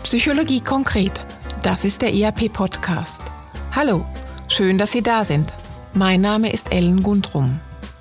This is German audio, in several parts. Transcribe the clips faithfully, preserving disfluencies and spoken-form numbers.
Psychologie konkret. Das ist der E A P-Podcast. Hallo, schön, dass Sie da sind. Mein Name ist Ellen Gundrum.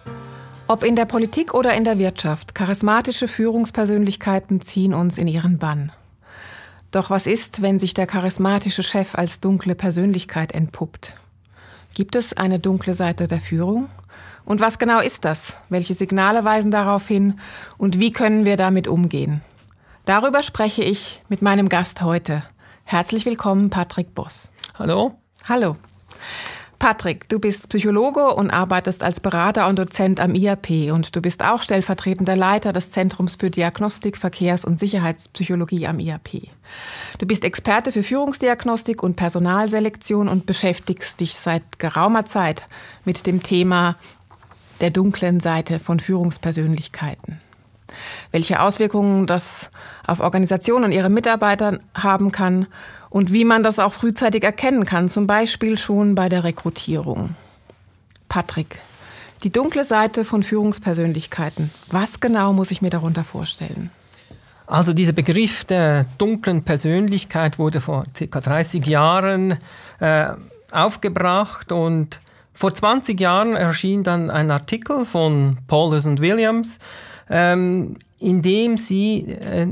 Ob in der Politik oder in der Wirtschaft, charismatische Führungspersönlichkeiten ziehen uns in ihren Bann. Doch was ist, wenn sich der charismatische Chef als dunkle Persönlichkeit entpuppt? Gibt es eine dunkle Seite der Führung? Und was genau ist das? Welche Signale weisen darauf hin? Und wie können wir damit umgehen? Darüber spreche ich mit meinem Gast heute. Herzlich willkommen, Patrick Boss. Hallo. Hallo. Patrick, du bist Psychologe und arbeitest als Berater und Dozent am I A P und du bist auch stellvertretender Leiter des Zentrums für Diagnostik, Verkehrs- und Sicherheitspsychologie am I A P. Du bist Experte für Führungsdiagnostik und Personalselektion und beschäftigst dich seit geraumer Zeit mit dem Thema der dunklen Seite von Führungspersönlichkeiten. Welche Auswirkungen das auf Organisationen und ihre Mitarbeiter haben kann und wie man das auch frühzeitig erkennen kann, zum Beispiel schon bei der Rekrutierung. Patrick, die dunkle Seite von Führungspersönlichkeiten, was genau muss ich mir darunter vorstellen? Also dieser Begriff der dunklen Persönlichkeit wurde vor ca. dreißig Jahren äh, aufgebracht und vor zwanzig Jahren erschien dann ein Artikel von Paulus und Williams, ähm, in dem sie äh,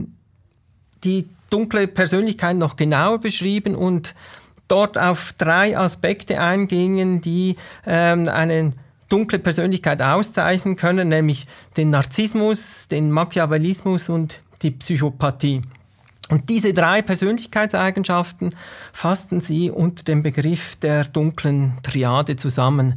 die dunkle Persönlichkeit noch genauer beschrieben und dort auf drei Aspekte eingingen, die ähm, eine dunkle Persönlichkeit auszeichnen können, nämlich den Narzissmus, den Machiavellismus und die Psychopathie. Und diese drei Persönlichkeitseigenschaften fassten sie unter dem Begriff der dunklen Triade zusammen.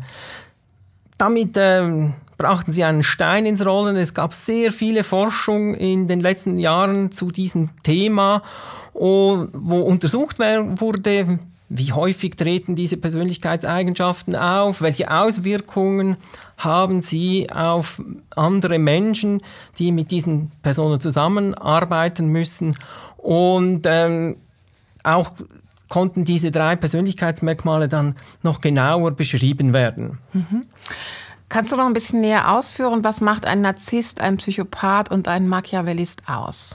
Damit ähm, brachten sie einen Stein ins Rollen. Es gab sehr viele Forschung in den letzten Jahren zu diesem Thema, wo untersucht wurde, wie häufig treten diese Persönlichkeitseigenschaften auf, welche Auswirkungen haben sie auf andere Menschen, die mit diesen Personen zusammenarbeiten müssen. Und ähm, auch konnten diese drei Persönlichkeitsmerkmale dann noch genauer beschrieben werden. Mhm. Kannst du noch ein bisschen näher ausführen, was macht ein Narzisst, ein Psychopath und ein Machiavellist aus?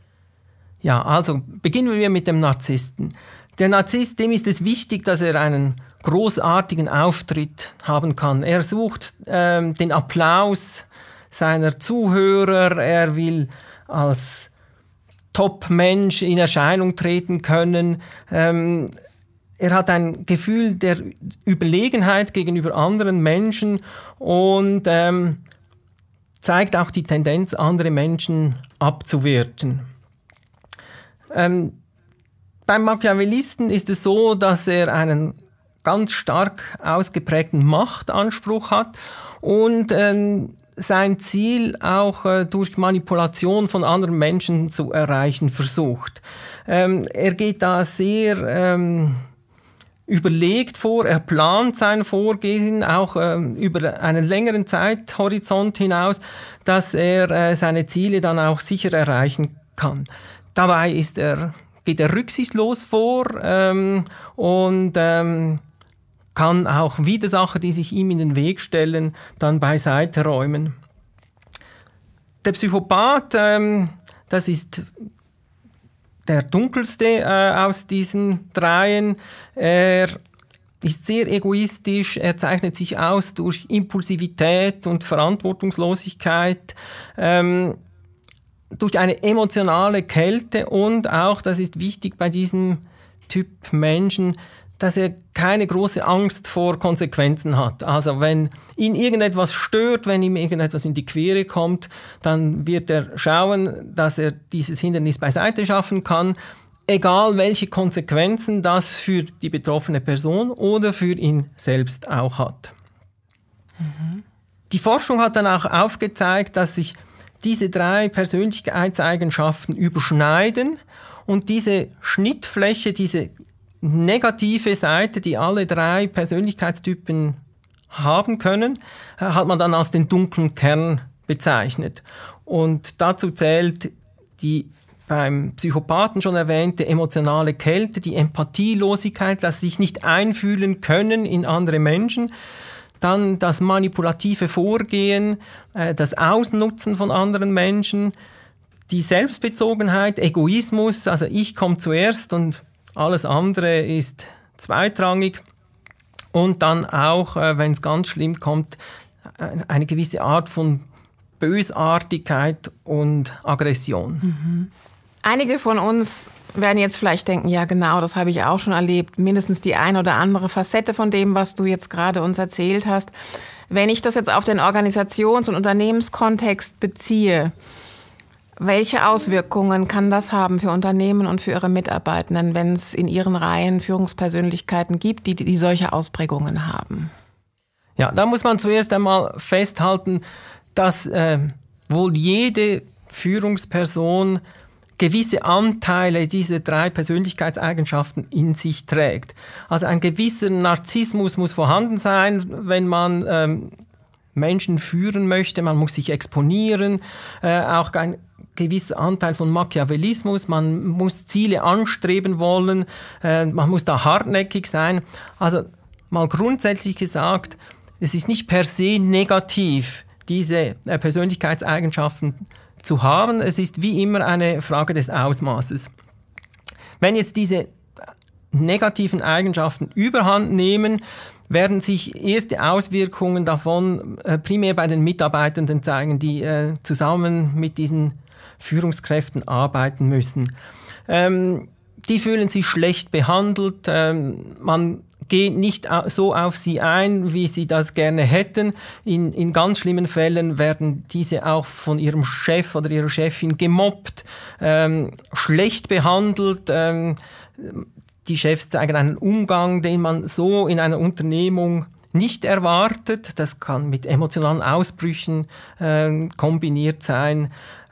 Ja, also beginnen wir mit dem Narzissten. Der Narzisst, dem ist es wichtig, dass er einen großartigen Auftritt haben kann. Er sucht ähm, den Applaus seiner Zuhörer, er will als Top-Mensch in Erscheinung treten können. Ähm, er hat ein Gefühl der Überlegenheit gegenüber anderen Menschen und ähm, zeigt auch die Tendenz, andere Menschen abzuwerten. Ähm, beim Machiavellisten ist es so, dass er einen ganz stark ausgeprägten Machtanspruch hat und ähm, sein Ziel auch äh, durch Manipulation von anderen Menschen zu erreichen versucht. Ähm, er geht da sehr ähm, überlegt vor, er plant sein Vorgehen auch ähm, über einen längeren Zeithorizont hinaus, dass er äh, seine Ziele dann auch sicher erreichen kann. Dabei ist er, geht er rücksichtslos vor ähm, und ähm, kann auch Widersacher, die sich ihm in den Weg stellen, dann beiseite räumen. Der Psychopath, ähm, das ist der dunkelste äh, aus diesen dreien. Er ist sehr egoistisch, er zeichnet sich aus durch Impulsivität und Verantwortungslosigkeit, ähm, durch eine emotionale Kälte und auch, das ist wichtig bei diesem Typ Menschen, dass er keine große Angst vor Konsequenzen hat. Also wenn ihn irgendetwas stört, wenn ihm irgendetwas in die Quere kommt, dann wird er schauen, dass er dieses Hindernis beiseite schaffen kann, egal welche Konsequenzen das für die betroffene Person oder für ihn selbst auch hat. Mhm. Die Forschung hat dann auch aufgezeigt, dass sich diese drei Persönlichkeitseigenschaften überschneiden und diese Schnittfläche, diese negative Seite, die alle drei Persönlichkeitstypen haben können, hat man dann als den dunklen Kern bezeichnet. Und dazu zählt die beim Psychopathen schon erwähnte emotionale Kälte, die Empathielosigkeit, das sich nicht einfühlen können in andere Menschen, dann das manipulative Vorgehen, das Ausnutzen von anderen Menschen, die Selbstbezogenheit, Egoismus, also ich komme zuerst und alles andere ist zweitrangig. Und dann auch, wenn es ganz schlimm kommt, eine gewisse Art von Bösartigkeit und Aggression. Mhm. Einige von uns werden jetzt vielleicht denken, ja genau, das habe ich auch schon erlebt, mindestens die eine oder andere Facette von dem, was du jetzt gerade uns erzählt hast. Wenn ich das jetzt auf den Organisations- und Unternehmenskontext beziehe, welche Auswirkungen kann das haben für Unternehmen und für ihre Mitarbeitenden, wenn es in ihren Reihen Führungspersönlichkeiten gibt, die, die solche Ausprägungen haben? Ja, da muss man zuerst einmal festhalten, dass äh, wohl jede Führungsperson gewisse Anteile dieser drei Persönlichkeitseigenschaften in sich trägt. Also ein gewisser Narzissmus muss vorhanden sein, wenn man ähm, Menschen führen möchte. Man muss sich exponieren, äh, auch ein gewisser Anteil von Machiavellismus. Man muss Ziele anstreben wollen, äh, man muss da hartnäckig sein. Also mal grundsätzlich gesagt, es ist nicht per se negativ, diese äh, Persönlichkeitseigenschaften zu haben. Es ist wie immer eine Frage des Ausmaßes. Wenn jetzt diese negativen Eigenschaften überhand nehmen, werden sich erste Auswirkungen davon äh, primär bei den Mitarbeitenden zeigen, die äh, zusammen mit diesen Führungskräften arbeiten müssen. Ähm, die fühlen sich schlecht behandelt, ähm, man geht nicht so auf sie ein, wie sie das gerne hätten. In, in ganz schlimmen Fällen werden diese auch von ihrem Chef oder ihrer Chefin gemobbt, ähm, schlecht behandelt. Ähm, die Chefs zeigen einen Umgang, den man so in einer Unternehmung nicht erwartet. Das kann mit emotionalen Ausbrüchen äh, kombiniert sein.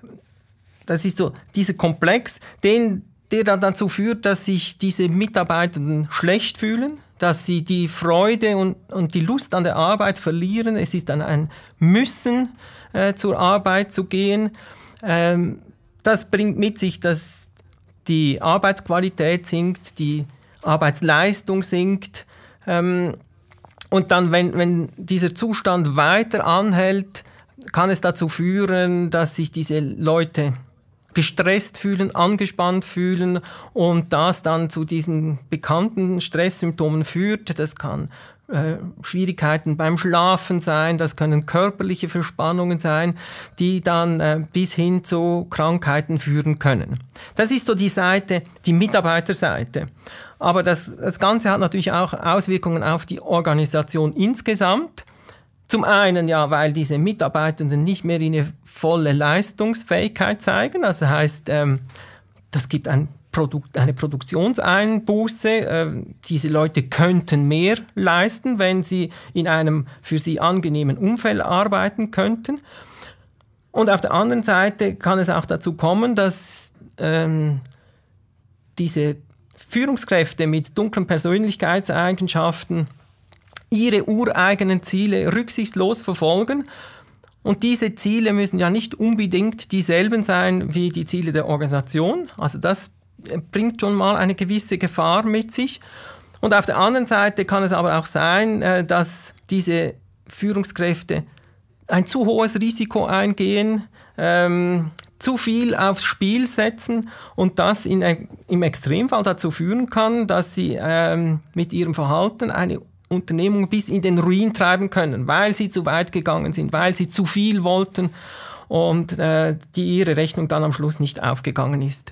Das ist so dieser Komplex, den, der dann dazu führt, dass sich diese Mitarbeitenden schlecht fühlen, dass sie die Freude und, und die Lust an der Arbeit verlieren. Es ist dann ein Müssen, äh, zur Arbeit zu gehen. Ähm, das bringt mit sich, dass die Arbeitsqualität sinkt, die Arbeitsleistung sinkt. Ähm, und dann, wenn, wenn dieser Zustand weiter anhält, kann es dazu führen, dass sich diese Leute gestresst fühlen, angespannt fühlen und das dann zu diesen bekannten Stresssymptomen führt. Das kann äh, Schwierigkeiten beim Schlafen sein, das können körperliche Verspannungen sein, die dann äh, bis hin zu Krankheiten führen können. Das ist so die Seite, die Mitarbeiterseite. Aber das, das Ganze hat natürlich auch Auswirkungen auf die Organisation insgesamt. Zum einen ja, weil diese Mitarbeitenden nicht mehr ihre volle Leistungsfähigkeit zeigen. Also das heißt, ähm, das gibt ein Produkt, eine Produktionseinbuße. Ähm, diese Leute könnten mehr leisten, wenn sie in einem für sie angenehmen Umfeld arbeiten könnten. Und auf der anderen Seite kann es auch dazu kommen, dass ähm, diese Führungskräfte mit dunklen Persönlichkeitseigenschaften ihre ureigenen Ziele rücksichtslos verfolgen. Und diese Ziele müssen ja nicht unbedingt dieselben sein wie die Ziele der Organisation. Also das bringt schon mal eine gewisse Gefahr mit sich. Und auf der anderen Seite kann es aber auch sein, dass diese Führungskräfte ein zu hohes Risiko eingehen, ähm, zu viel aufs Spiel setzen und das in, im Extremfall dazu führen kann, dass sie ähm, mit ihrem Verhalten eine Unternehmungen bis in den Ruin treiben können, weil sie zu weit gegangen sind, weil sie zu viel wollten und äh, die ihre Rechnung dann am Schluss nicht aufgegangen ist.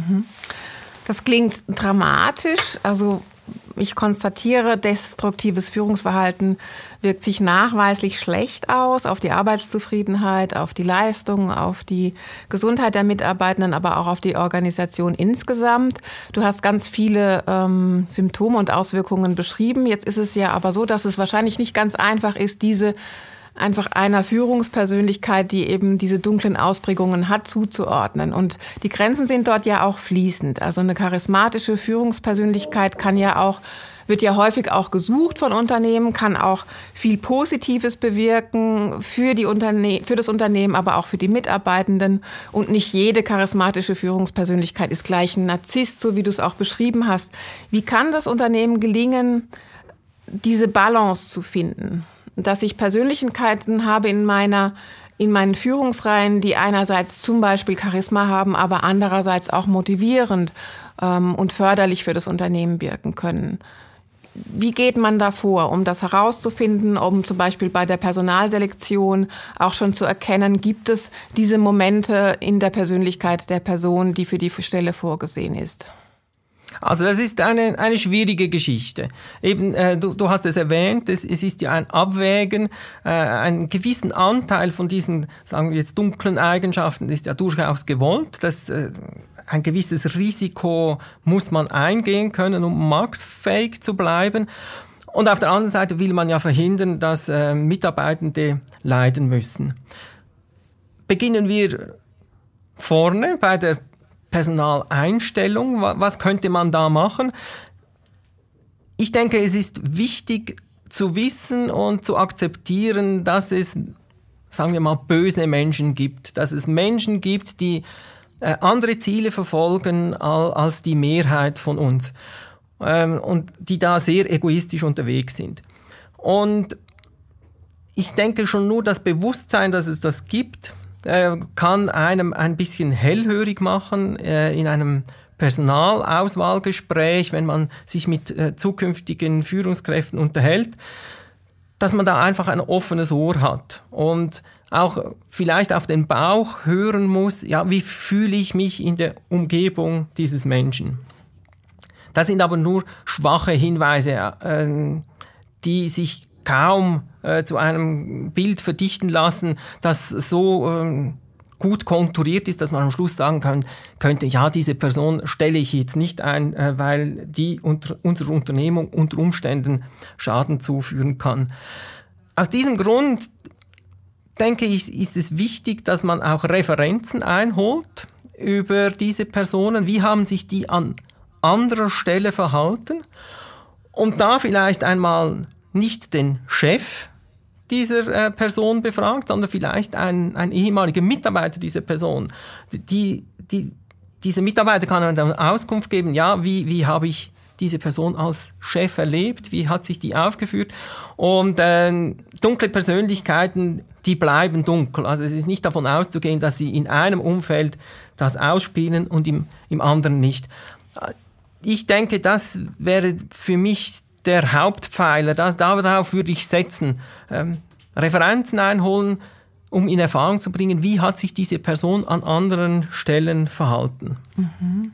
Das klingt dramatisch. Also ich konstatiere, destruktives Führungsverhalten wirkt sich nachweislich schlecht aus auf die Arbeitszufriedenheit, auf die Leistung, auf die Gesundheit der Mitarbeitenden, aber auch auf die Organisation insgesamt. Du hast ganz viele ähm, Symptome und Auswirkungen beschrieben. Jetzt ist es ja aber so, dass es wahrscheinlich nicht ganz einfach ist, diese einfach einer Führungspersönlichkeit, die eben diese dunklen Ausprägungen hat, zuzuordnen. Und die Grenzen sind dort ja auch fließend. Also eine charismatische Führungspersönlichkeit kann ja auch, wird ja häufig auch gesucht von Unternehmen, kann auch viel Positives bewirken für die Unterne- für das Unternehmen, aber auch für die Mitarbeitenden. Und nicht jede charismatische Führungspersönlichkeit ist gleich ein Narzisst, so wie du es auch beschrieben hast. Wie kann das Unternehmen gelingen, diese Balance zu finden? Dass ich Persönlichkeiten habe in meiner, in meinen Führungsreihen, die einerseits zum Beispiel Charisma haben, aber andererseits auch motivierend ähm, und förderlich für das Unternehmen wirken können. Wie geht man da vor, um das herauszufinden, um zum Beispiel bei der Personalselektion auch schon zu erkennen, gibt es diese Momente in der Persönlichkeit der Person, die für die Stelle vorgesehen ist? Also das ist eine, eine schwierige Geschichte. Eben, äh, du, du hast es erwähnt, es, es ist ja ein Abwägen, äh, einen gewissen Anteil von diesen, sagen wir jetzt, dunklen Eigenschaften ist ja durchaus gewollt. Das, äh, ein gewisses Risiko muss man eingehen können, um marktfähig zu bleiben. Und auf der anderen Seite will man ja verhindern, dass äh, Mitarbeitende leiden müssen. Beginnen wir vorne bei der Personaleinstellung. Was könnte man da machen? Ich denke, es ist wichtig zu wissen und zu akzeptieren, dass es, sagen wir mal, böse Menschen gibt. Dass es Menschen gibt, die äh, andere Ziele verfolgen als die Mehrheit von uns. Ähm, und die da sehr egoistisch unterwegs sind. Und ich denke schon nur das Bewusstsein, dass es das gibt, kann einem ein bisschen hellhörig machen äh, in einem Personalauswahlgespräch, wenn man sich mit äh, zukünftigen Führungskräften unterhält, dass man da einfach ein offenes Ohr hat und auch vielleicht auf den Bauch hören muss, ja, wie fühle ich mich in der Umgebung dieses Menschen. Das sind aber nur schwache Hinweise, äh, die sich kaum äh, zu einem Bild verdichten lassen, das so ähm, gut konturiert ist, dass man am Schluss sagen kann, könnte, ja, diese Person stelle ich jetzt nicht ein, äh, weil die unter, unserer Unternehmung unter Umständen Schaden zufügen kann. Aus diesem Grund, denke ich, ist es wichtig, dass man auch Referenzen einholt über diese Personen. Wie haben sich die an anderer Stelle verhalten? Und da vielleicht einmal nicht den Chef dieser äh, Person befragt, sondern vielleicht ein, ein ehemaliger Mitarbeiter dieser Person. Die, die, diese Mitarbeiter kann dann Auskunft geben, ja, wie, wie habe ich diese Person als Chef erlebt, wie hat sich die aufgeführt. Und äh, dunkle Persönlichkeiten, die bleiben dunkel. Also es ist nicht davon auszugehen, dass sie in einem Umfeld das ausspielen und im, im anderen nicht. Ich denke, das wäre für mich der Hauptpfeiler, das, darauf würde ich setzen. Ähm, Referenzen einholen, um in Erfahrung zu bringen, wie hat sich diese Person an anderen Stellen verhalten. Mhm.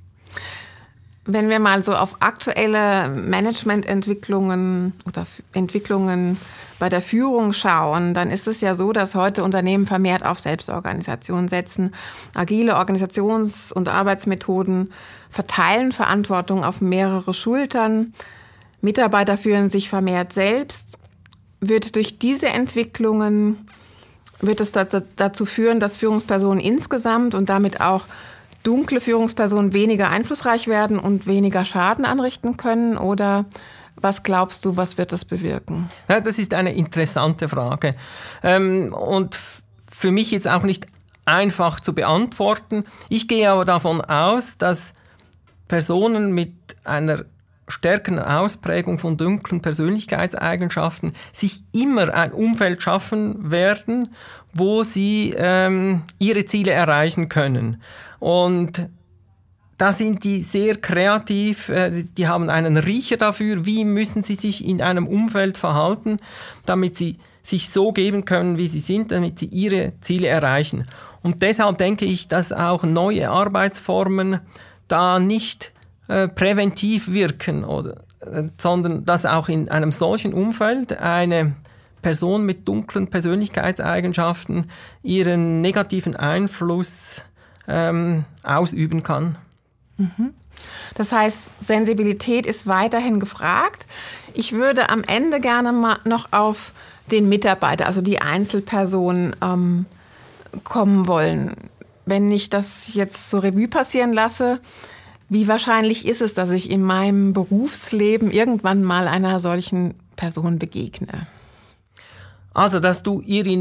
Wenn wir mal so auf aktuelle Managemententwicklungen oder Entwicklungen bei der Führung schauen, dann ist es ja so, dass heute Unternehmen vermehrt auf Selbstorganisation setzen. Agile Organisations- und Arbeitsmethoden verteilen Verantwortung auf mehrere Schultern. Mitarbeiter führen sich vermehrt selbst. Wird durch diese Entwicklungen, wird es dazu führen, dass Führungspersonen insgesamt und damit auch dunkle Führungspersonen weniger einflussreich werden und weniger Schaden anrichten können? Oder was glaubst du, was wird das bewirken? Ja, das ist eine interessante Frage. Ähm, und f- für mich jetzt auch nicht einfach zu beantworten. Ich gehe aber davon aus, dass Personen mit einer stärkeren Ausprägung von dunklen Persönlichkeitseigenschaften sich immer ein Umfeld schaffen werden, wo sie ähm, ihre Ziele erreichen können. Und da sind die sehr kreativ, äh, die haben einen Riecher dafür, wie müssen sie sich in einem Umfeld verhalten, damit sie sich so geben können, wie sie sind, damit sie ihre Ziele erreichen. Und deshalb denke ich, dass auch neue Arbeitsformen da nicht äh, präventiv wirken, oder, äh, sondern dass auch in einem solchen Umfeld eine Person mit dunklen Persönlichkeitseigenschaften ihren negativen Einfluss ähm, ausüben kann. Mhm. Das heißt, Sensibilität ist weiterhin gefragt. Ich würde am Ende gerne mal noch auf den Mitarbeiter, also die Einzelperson, ähm, kommen wollen. Wenn ich das jetzt so Revue passieren lasse, wie wahrscheinlich ist es, dass ich in meinem Berufsleben irgendwann mal einer solchen Person begegne? Also, dass du ihr in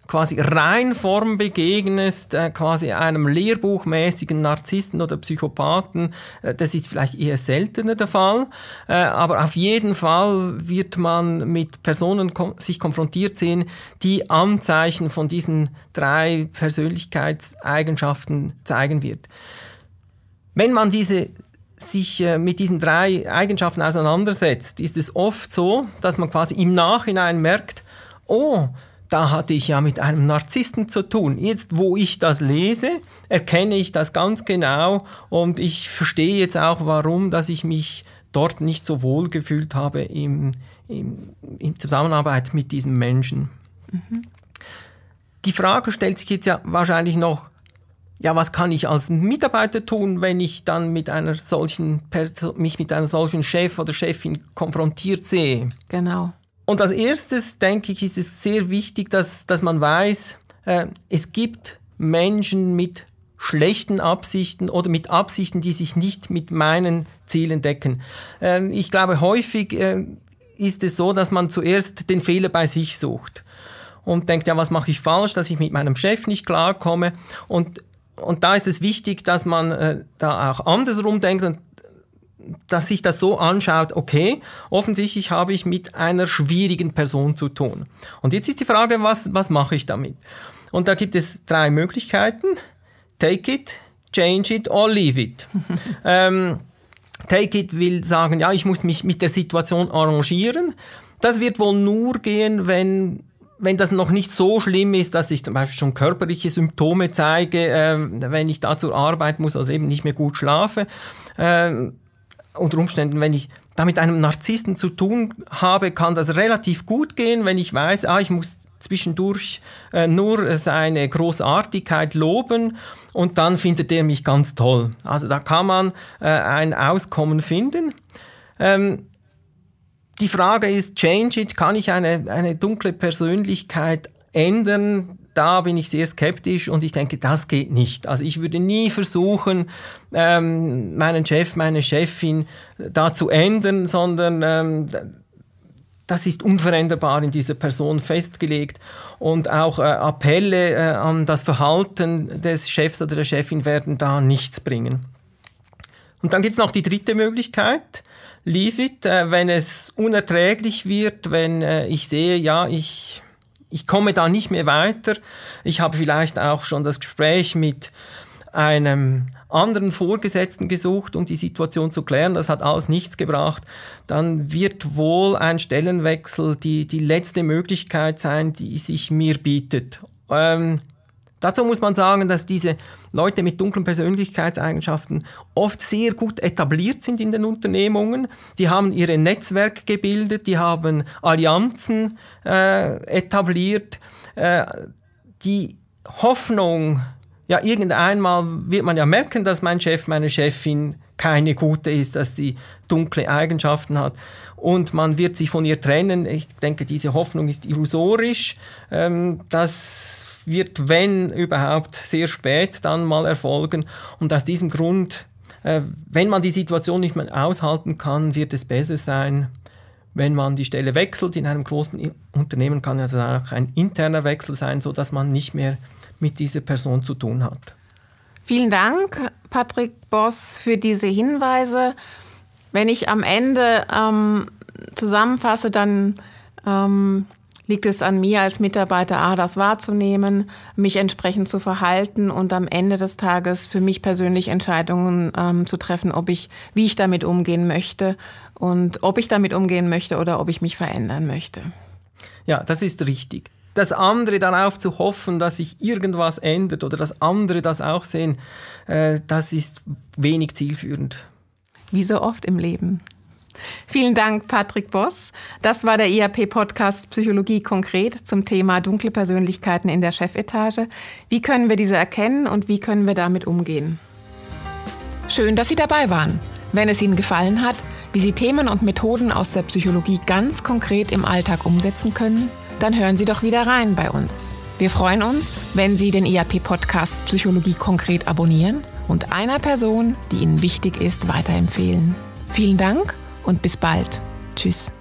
quasi Reinform begegnest, äh, quasi einem lehrbuchmäßigen Narzissten oder Psychopathen, äh, das ist vielleicht eher seltener der Fall, äh, aber auf jeden Fall wird man mit Personen kom- sich konfrontiert sehen, die Anzeichen von diesen drei Persönlichkeitseigenschaften zeigen wird. Wenn man diese sich äh, mit diesen drei Eigenschaften auseinandersetzt, ist es oft so, dass man quasi im Nachhinein merkt, oh, da hatte ich ja mit einem Narzissten zu tun. Jetzt, wo ich das lese, erkenne ich das ganz genau und ich verstehe jetzt auch, warum, dass ich mich dort nicht so wohl gefühlt habe im, im, in Zusammenarbeit mit diesem Menschen. Mhm. Die Frage stellt sich jetzt ja wahrscheinlich noch, ja, was kann ich als Mitarbeiter tun, wenn ich dann mit einer solchen Perso- mich mit einem solchen Chef oder Chefin konfrontiert sehe? Genau. Und als erstes, denke ich, ist es sehr wichtig, dass, dass man weiß, äh, es gibt Menschen mit schlechten Absichten oder mit Absichten, die sich nicht mit meinen Zielen decken. Äh, ich glaube, häufig äh, ist es so, dass man zuerst den Fehler bei sich sucht und denkt, ja, was mache ich falsch, dass ich mit meinem Chef nicht klarkomme. Und, und da ist es wichtig, dass man äh, da auch andersrum denkt und dass sich das so anschaut, okay, offensichtlich habe ich mit einer schwierigen Person zu tun. Und jetzt ist die Frage, was, was mache ich damit? Und da gibt es drei Möglichkeiten. Take it, change it or leave it. ähm, take it will sagen, ja, ich muss mich mit der Situation arrangieren. Das wird wohl nur gehen, wenn... wenn das noch nicht so schlimm ist, dass ich zum Beispiel schon körperliche Symptome zeige, äh, wenn ich da zur Arbeit muss, also eben nicht mehr gut schlafe. Äh, unter Umständen, wenn ich da mit einem Narzissten zu tun habe, kann das relativ gut gehen, wenn ich weiß, ah, ich muss zwischendurch äh, nur seine Großartigkeit loben und dann findet er mich ganz toll. Also da kann man äh, ein Auskommen finden. Ähm, Die Frage ist, change it, kann ich eine, eine dunkle Persönlichkeit ändern? Da bin ich sehr skeptisch und ich denke, das geht nicht. Also ich würde nie versuchen, ähm, meinen Chef, meine Chefin da zu ändern, sondern ähm, das ist unveränderbar in dieser Person festgelegt. Und auch äh, Appelle äh, an das Verhalten des Chefs oder der Chefin werden da nichts bringen. Und dann gibt es noch die dritte Möglichkeit. Leave it, äh, wenn es unerträglich wird, wenn äh, ich sehe, ja, ich, ich komme da nicht mehr weiter. Ich habe vielleicht auch schon das Gespräch mit einem anderen Vorgesetzten gesucht, um die Situation zu klären. Das hat alles nichts gebracht. Dann wird wohl ein Stellenwechsel die, die letzte Möglichkeit sein, die sich mir bietet. Ähm, Dazu muss man sagen, dass diese Leute mit dunklen Persönlichkeitseigenschaften oft sehr gut etabliert sind in den Unternehmungen. Die haben ihre Netzwerke gebildet, die haben Allianzen äh, etabliert. Äh, die Hoffnung, ja, irgendeinmal wird man ja merken, dass mein Chef, meine Chefin keine gute ist, dass sie dunkle Eigenschaften hat und man wird sich von ihr trennen. Ich denke, diese Hoffnung ist illusorisch. Ähm, das wird, wenn überhaupt, sehr spät dann mal erfolgen. Und aus diesem Grund, äh, wenn man die Situation nicht mehr aushalten kann, wird es besser sein, wenn man die Stelle wechselt. In einem großen Unternehmen kann es also auch ein interner Wechsel sein, sodass man nicht mehr mit dieser Person zu tun hat. Vielen Dank, Patrick Boss, für diese Hinweise. Wenn ich am Ende ähm, zusammenfasse, dann ähm, liegt es an mir als Mitarbeiter, A, das wahrzunehmen, mich entsprechend zu verhalten und am Ende des Tages für mich persönlich Entscheidungen ähm, zu treffen, ob ich, wie ich damit umgehen möchte und ob ich damit umgehen möchte oder ob ich mich verändern möchte. Ja, das ist richtig. Das andere darauf zu hoffen, dass sich irgendwas ändert oder dass andere das auch sehen, äh, das ist wenig zielführend. Wie so oft im Leben. Vielen Dank, Patrick Boss. Das war der I A P-Podcast Psychologie konkret zum Thema dunkle Persönlichkeiten in der Chefetage. Wie können wir diese erkennen und wie können wir damit umgehen? Schön, dass Sie dabei waren. Wenn es Ihnen gefallen hat, wie Sie Themen und Methoden aus der Psychologie ganz konkret im Alltag umsetzen können, dann hören Sie doch wieder rein bei uns. Wir freuen uns, wenn Sie den I A P-Podcast Psychologie konkret abonnieren und einer Person, die Ihnen wichtig ist, weiterempfehlen. Vielen Dank und bis bald. Tschüss.